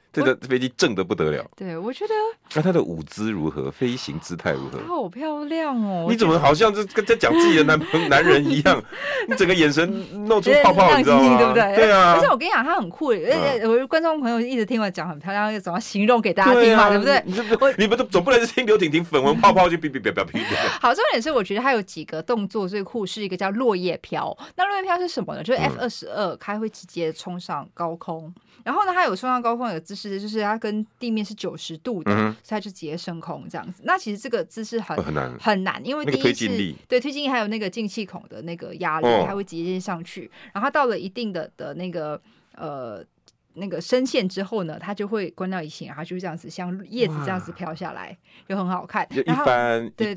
这个飞机正的不得了。 对，我觉得那它的舞姿如何？飞行姿态如何？ 好漂亮哦！ 你怎么好像在讲自己的男人一样？你整个眼神露出泡泡，你知道吗？ 对不对？ 对啊。 而且我跟你讲，它很酷。我观众朋友一直听我讲很漂亮，要怎么形容给大家听嘛？对不对？ 你们总不能是听刘婷婷粉红泡泡就哔。 好，重点是我觉得它有几个动作最酷，是一个叫落叶飘。那落叶飘是什么呢？就是 F-22它会直接冲上高空。然后呢，它有冲上高空有个姿势，就是它跟地面是90度的，所以它就直接升空这样子。那其实这个姿势很难，因为第一是推进力， 对推进力还有那个进气孔的那个压力，它会直接上去。然后它到了一定的那个升线之后呢，它就会关掉引擎，然后就这样子像叶子这样子飘下来，就很好看。 就一翻对，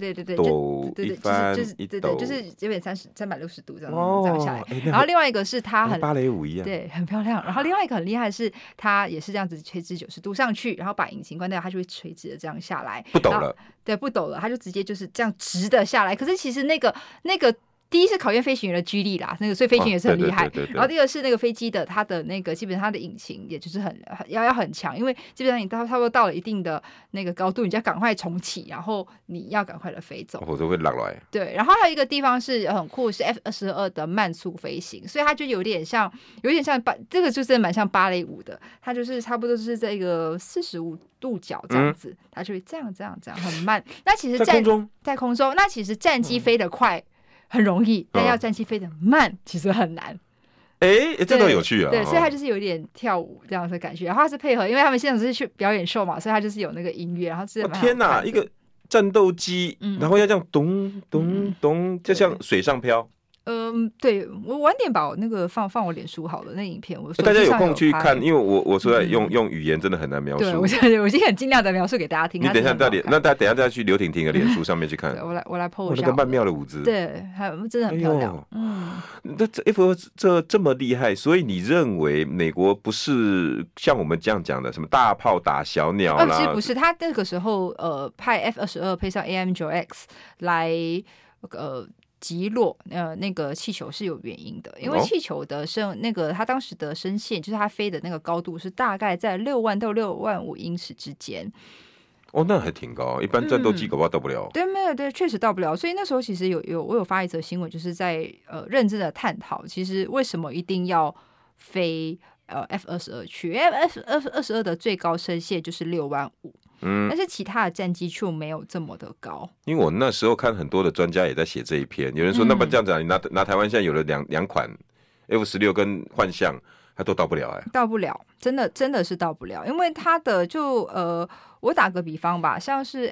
就是有点360度这样下来。然后另外一个是它很芭蕾舞一样， 对，很漂亮。然后另外一个很厉害的是，它也是这样子垂直90度上去，然后把引擎关掉，它就会垂直的这样下来， 不抖了。 对，不抖了，它就直接就是这样直的下来。可是其实那个。第一是考验飞行员的居力啦，所以飞行员是很厉害。然后第二是那个飞机的它的那个基本上它的引擎也就是要很强，因为基本上你差不多到了一定的那个高度，你就要赶快重启，然后你要赶快的飞走， 否则会落来。 对，然后还有一个地方是很酷，是 F-22的慢速飞行，所以它就有点像这个就是蛮像芭蕾舞的，它就是差不多是这个45度角这样子，它就会这样很慢。那其实在空中，那其实战机飞得快。很容易，但要战机飞得慢，其实很难。 这都有趣啊！ 对，所以它就是有点跳舞这样的感觉。然后它是配合，因为他们现场是去表演秀嘛，所以它就是有那个音乐，然后是天哪，一个战斗机，然后要这样咚咚咚，就像水上漂。 对，我晚点把我那个放我脸书好了，那影片大家有空去看，因为我说在用语言真的很难描述。 对，我已经很尽量的描述给大家听。 你等一下等一下再去刘婷婷的脸书上面去看。 我来 po 一下那个曼妙的舞姿， 对，真的很漂亮。 那这么厉害，所以你认为美国不是像我们这样讲的，什么大炮打小鸟啦？ 其实不是，他那个时候派 F-22配上 AIM-9X 来击落那个气球是有原因的，因为气球的它当时的升线就是它飞的那个高度是大概在6万到6万5英尺之间。 那还挺高，一般战斗机搞不好到不了。 对，没有对，确实到不了。所以那时候其实我有发一则新闻，就是在认真的探讨，其实为什么一定要飞F-22去？因为 F-22的最高升限就是6万5。但是其他的战机却没有这么的高。因为我那时候看很多的专家也在写这一篇，有人说那么这样子你拿台湾现在有了两款 F-16跟幻象，它都到不了到不了，真的是到不了，因为它的我打个比方吧，像是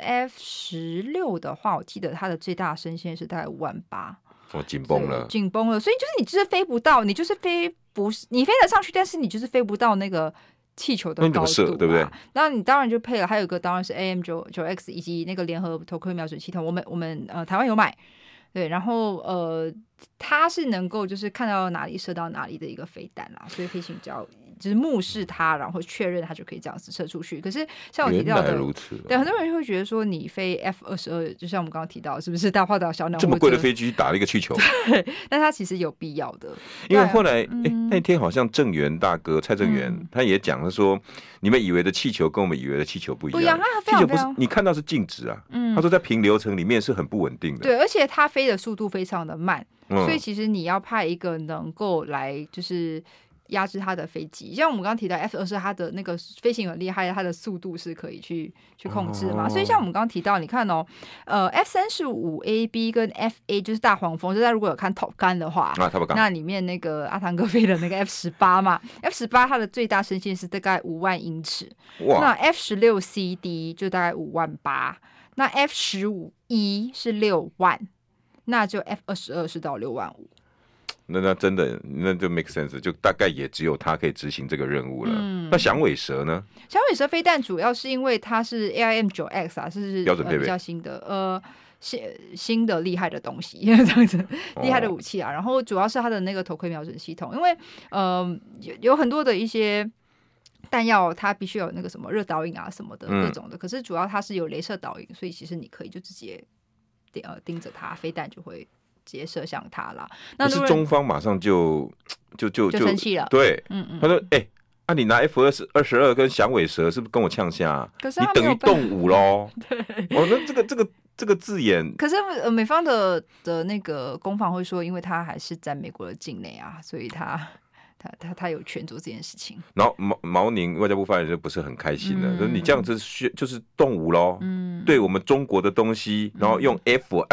F-16的话，我记得它的最大升限是大概5万8。 紧绷了， 所以就是你就是飞不到，你就是你飞得上去，但是你就是飞不到那个气球的高度， 对不对？ 那你当然就配了，还有一个当然是 AIM-9X 以及那个联合头盔瞄准系统，我们台湾有买，对，然后它是能够就是看到哪里射到哪里的一个飞弹啦，所以飞行只要就是目视它，然后确认它就可以这样子射出去。可是像我提到的， 原来如此， 对，很多人会觉得说你飞 F-22，就像我们刚刚提到，是不是大炮打小鸟？ 这么贵的飞机打了一个气球， 对，但它其实有必要的。 因为后来那天好像郑源大哥蔡正元他也讲，他说你们以为的气球跟我们以为的气球不一样，气球不是你看到是静止啊，他说在平流层里面是很不稳定的， 对，而且它飞的速度非常的慢，所以其实你要派一个能够来就是压制它的飞机，像我们刚刚提到 F-22，它的那个飞行很厉害，它的速度是可以去控制嘛。所以像我们刚刚提到，你看F-35AB 跟 F-A 就是大黄蜂，就大家如果有看 Top Gun 的话，那里面那个阿汤哥飞的那个 F-18嘛，F-18它的最大升限是大概5万英尺，那 F-16CD 就大概5万8，那 F-15E 是6万，那就 F-22是到6万5。 那真的那就 make sense， 就大概也只有他可以执行这个任务了。那响尾蛇呢？ 响尾蛇飞弹主要是因为它是 AIM-9X 啊，是标准配备比较新的新的厉害的东西，这样子厉害的武器啊。然后主要是它的那个头盔瞄准系统，因为有很多的一些弹药它必须有那个什么热导引啊什么的各种的，可是主要它是有雷射导引，所以其实你可以就直接盯着它，飞弹就会直接射向它啦。那可是中方马上就生气了。 对，他说啊，你拿 F-22跟响尾蛇是不是跟我呛下、啊？ 可是你等于动武喽。 对， 哦，那这个字眼， 可是美方的那个攻防会说，因为他还是在美国的境内啊，所以他有权做这件事情。然后毛宁外交部发言人就不是很开心了，说你这样子就是动武喽，对我们中国的东西，然后用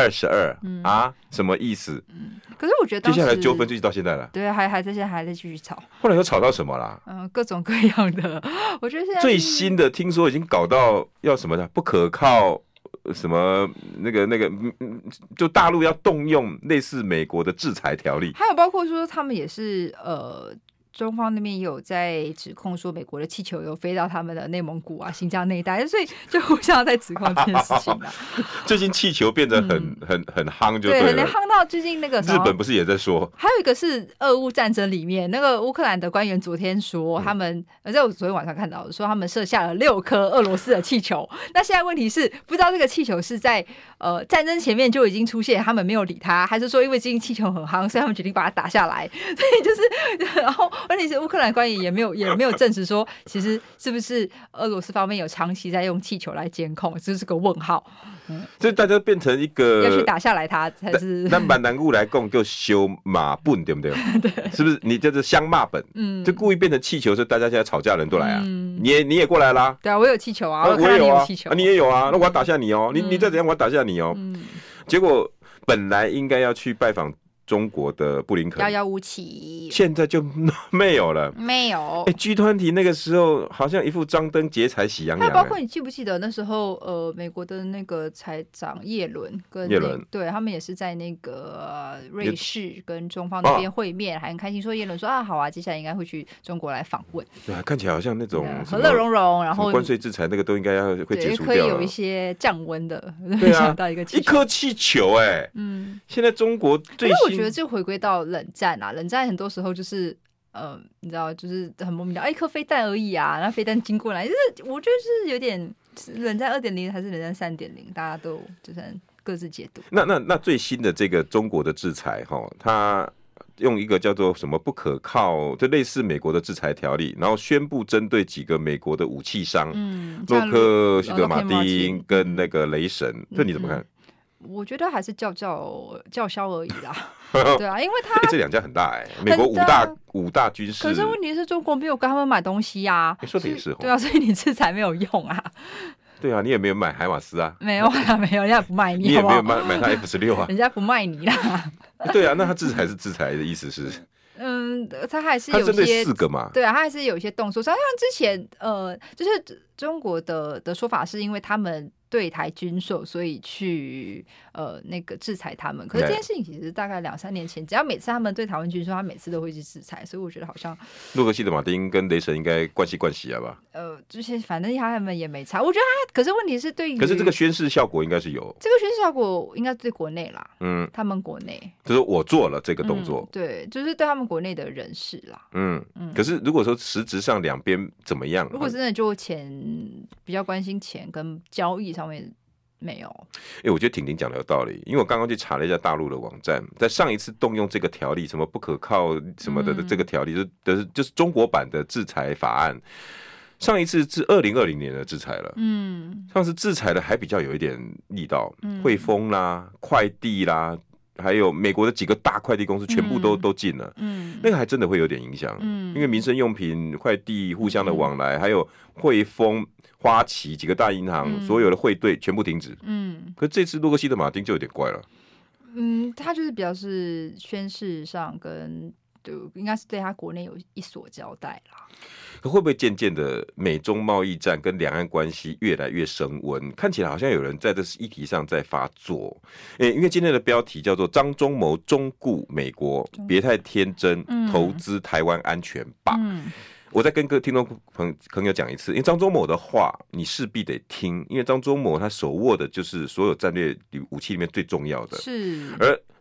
F-22、啊，什么意思？ 可是我觉得接下来纠纷就到现在了， 对，还在继续吵。 后来又吵到什么啦？ 各种各样的，我觉得现在最新的听说已经搞到要什么的不可靠。什么那个，就大陆要动用类似美国的制裁条例， 还有包括说他们也是中方那边也有在指控说美国的气球有飞到他们的内蒙古啊、新疆那一带，所以就互相在指控这件事情啊。 最近气球变得很夯，就对了， 很夯到最近那个日本不是也在说？ 还有一个是俄乌战争里面，那个乌克兰的官员昨天说他们，在我昨天晚上看到说他们射下了6颗俄罗斯的气球。那现在问题是不知道这个气球是在战争前面就已经出现，他们没有理他，还是说因为最近气球很夯，所以他们决定把它打下来？所以就是然后。问题是乌克兰官员也没有证实说，其实是不是俄罗斯方面有长期在用气球来监控，这是个问号。 所以大家变成一个要去打下来它才是。 那闽南语来讲叫修马本，对不对？对，是不是？你就是相骂本，就故意变成气球，所以大家现在吵架的人都来啊。你也过来啦。 对啊，我有气球啊，我也有啊， 气球你也有啊，那我要打下你哦，你再怎样我要打下你哦。结果本来应该要去拜访中国的布林肯， 遥遥无期， 现在就没有了。 没有。 G20 那个时候好像一副张灯结彩喜洋洋。 包括你记不记得那时候美国的那个财长耶伦跟对他们也是在那个瑞士跟中方那边会面，还很开心说耶伦说啊好啊，接下来应该会去中国来访问。 对啊，看起来好像那种和乐融融，然后关税制裁那个都应该会解除掉了， 可以有一些降温的。 对啊， 想到一颗气球现在中国最新。 我觉得就回归到冷战啊，冷战很多时候就是你知道，就是很莫名其妙，一颗飞弹而已啊，那飞弹经过来，就是我觉得是有点冷战 2.0 还是冷战 3.0， 大家都就是各自解读。 那最新的这个中国的制裁它用一个叫做什么不可靠，就类似美国的制裁条例，然后宣布针对几个美国的武器商，洛克希德马丁跟那个雷神，这你怎么看？ 我觉得还是叫嚣而已啦。对啊，因为这两家很大美国五大军事。 可是问题是中国没有跟他们买东西啊。 说的也是。 对啊，所以你制裁没有用啊。 对啊，你也没有买海马斯啊。 没有啊，没有，人家不卖你。 你也没有买他 F-16啊。 人家不卖你啦。 对啊，那他制裁是制裁的意思是？ 他还是有一些， 他针对4个嘛。 对啊，他还是有一些动作。像之前就是中国的说法是因为他们对台军售，所以去那个制裁他们。可是这件事情其实大概2-3年前，只要每次他们对台湾军售，他每次都会去制裁，所以我觉得好像洛克希德马丁跟雷神应该关系啊吧？ 这些反正他们也没差。我觉得可是问题是对于， 可是这个宣示效果应该是有， 这个宣示效果应该对国内啦，他们国内就是我做了这个动作， 对，就是对他们国内的人士啦， 可是如果说实质上两边怎么样， 如果真的就比较关心钱跟交易上面。没有， 我觉得婷婷讲的有道理，因为我刚刚去查了一下大陆的网站，在上一次动用这个条例，什么不可靠什么的这个条例，就是中国版的制裁法案。上一次是2020年的制裁了，上次制裁的还比较有一点力道，汇丰啦、快递啦，还有美国的几个大快递公司全部都进了，那个还真的会有点影响，因为民生用品、快递互相的往来，还有汇丰、花旗几个大银行，所有的汇兑全部停止，可是这次洛克希德马丁就有点怪了， 他就是比较是宣示上跟应该是对他国内有一所交代啦。 可会不会渐渐的美中贸易战跟两岸关系越来越升温？看起来好像有人在这议题上在发作。因为今天的标题叫做张忠谋中顾美国，别太天真，投资台湾安全吧。我再跟各位听众朋友讲一次，因为张忠谋的话你势必得听，因为张忠谋他手握的就是所有战略武器里面最重要的，是而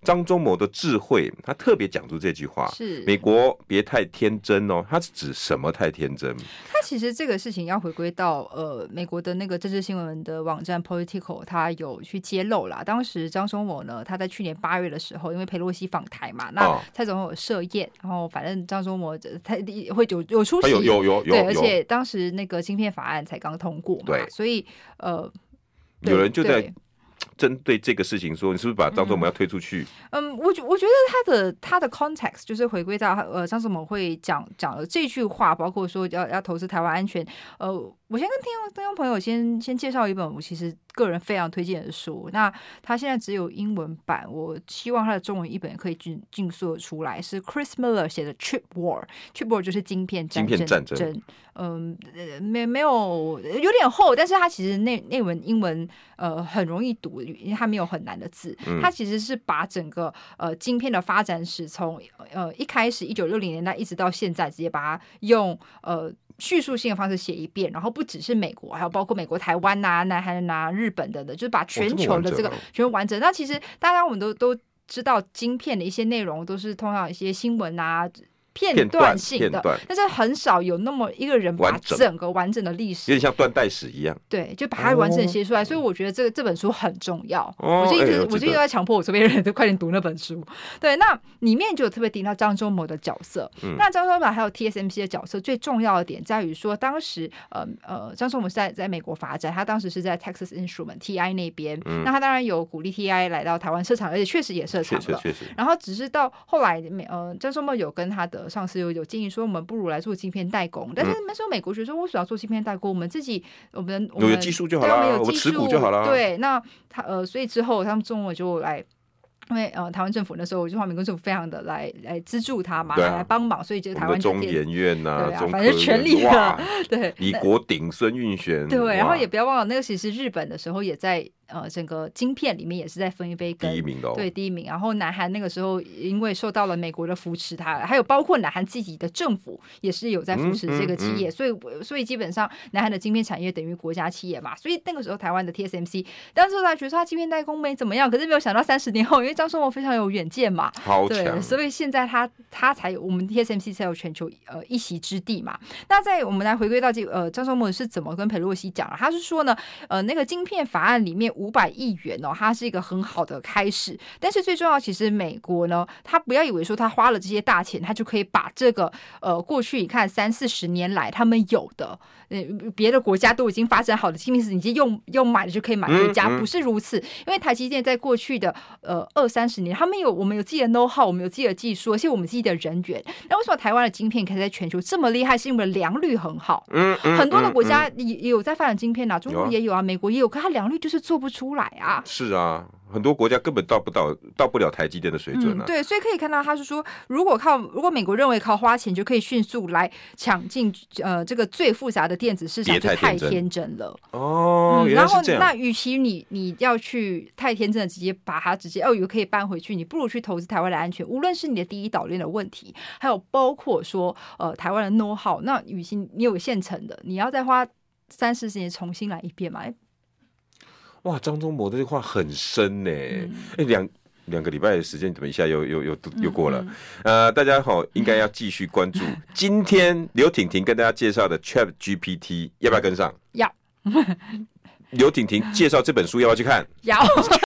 张忠谋的智慧，他特别讲出这句话： 是美国别太天真哦。他是指什么太天真？ 他其实这个事情要回归到美国的那个政治新闻的网站 Political， 他有去揭露啦。当时张忠谋呢，他在去年8月的时候，因为裴洛西访台嘛，那蔡总统有设宴，然后反正张忠谋他会有出席， 有对，而且当时那个晶片法案才刚通过嘛， 对， 所以有人就在针对这个事情说，你是不是把张忠谋要推出去？ 我觉得他的 context 就是回归到张忠谋会讲了这句话，包括说要投资台湾安全。我先跟听众朋友先介绍一本我其实个人非常推荐的书。那他现在只有英文版，我希望他的中文译本也可以尽速出来。是 Chris Miller 写的 Chip War 就是晶片战争。没有有点厚，但是它其实那文英文很容易读，因为它没有很难的字。它其实是把整个晶片的发展史从一开始1960年代一直到现在，直接把它用叙述性的方式写一遍，然后不只是美国，还有包括美国、台湾啊、南韩啊、日本等的，就是把全球的这个全完整。那其实大家我们都知道，晶片的一些内容都是通常一些新闻啊。片段性的，但是很少有那么一个人把整个完整的历史， 有点像断代史一样， 对，就把它完整写出来。所以我觉得这本书很重要。我就一直在强迫我周边人都快点读那本书。对，那里面就有特别提到张忠谋的角色。那张忠谋还有 TSMC 的角色，最重要的点在于说，当时张忠谋是在美国发展，他当时是在 Texas Instrument TI 那边。那他当然有鼓励 TI 来到台湾设厂，而且确实也设厂了。然后只是到后来，张忠谋有跟他的上司有建议说，我们不如来做晶片代工。但是那时候美国觉得说，为什么要做晶片代工？我们有技术就好了，我们持股就好了。 对，那所以之后他们中国就来。因为台湾政府那时候就美国政府非常的来资助他嘛，来帮忙，所以就台湾中研院呐， 反正全力的，对， 李国鼎、孙运璇， 对，然后也不要忘了，那个其实日本的时候也在整个晶片里面也是在分一杯羹， 第一名的， 对，第一名。然后南韩那个时候因为受到了美国的扶持，还有包括南韩自己的政府也是有在扶持这个企业，所以基本上南韩的晶片产业等于国家企业嘛，所以那个时候台湾的 TSMC 当时来觉得说他晶片代工没怎么样，可是没有想到30年后，因为张忠谋非常有远见嘛，对，所以现在他才有我们 TSMC 才有全球一席之地嘛。那在我们来回归到张忠谋是怎么跟裴洛西讲了，他是说呢，那个晶片法案里面500亿元哦，它是一个很好的开始，但是最重要，其实美国呢，他不要以为说他花了这些大钱，他就可以把这个过去你看30-40年来他们有的别的国家都已经发展好的晶片，你直接用买的就可以买回家，不是如此。因为台积电在过去的20-30年，我们有自己的 know how， 我们有自己的技术，而且我们自己的人员。那为什么台湾的晶片可以在全球这么厉害？是因为良率很好。很多的国家也有在发展晶片啊，中国也有啊，美国也有，可它良率就是做不出来啊。 是啊，很多国家根本到不了台积电的水准啊。 对，所以可以看到，他是说，如果美国认为靠花钱就可以迅速来抢进这个最复杂的电子市场，就太天真了。 原来是这样。 然后那与其你要去太天真的直接把它有可以搬回去，你不如去投资台湾的安全，无论是你的第一岛链的问题，还有包括说台湾的 know how， 那与其你有现成的，你要再花30-40年重新来一遍嘛。 哇，张忠谋这句话很深呢。两个礼拜的时间，怎么一下又过了？大家好，应该要继续关注今天刘婷婷跟大家介绍的 ChatGPT， 要不要跟上？ 要。 刘婷婷介绍这本书，要不要去看？ 要。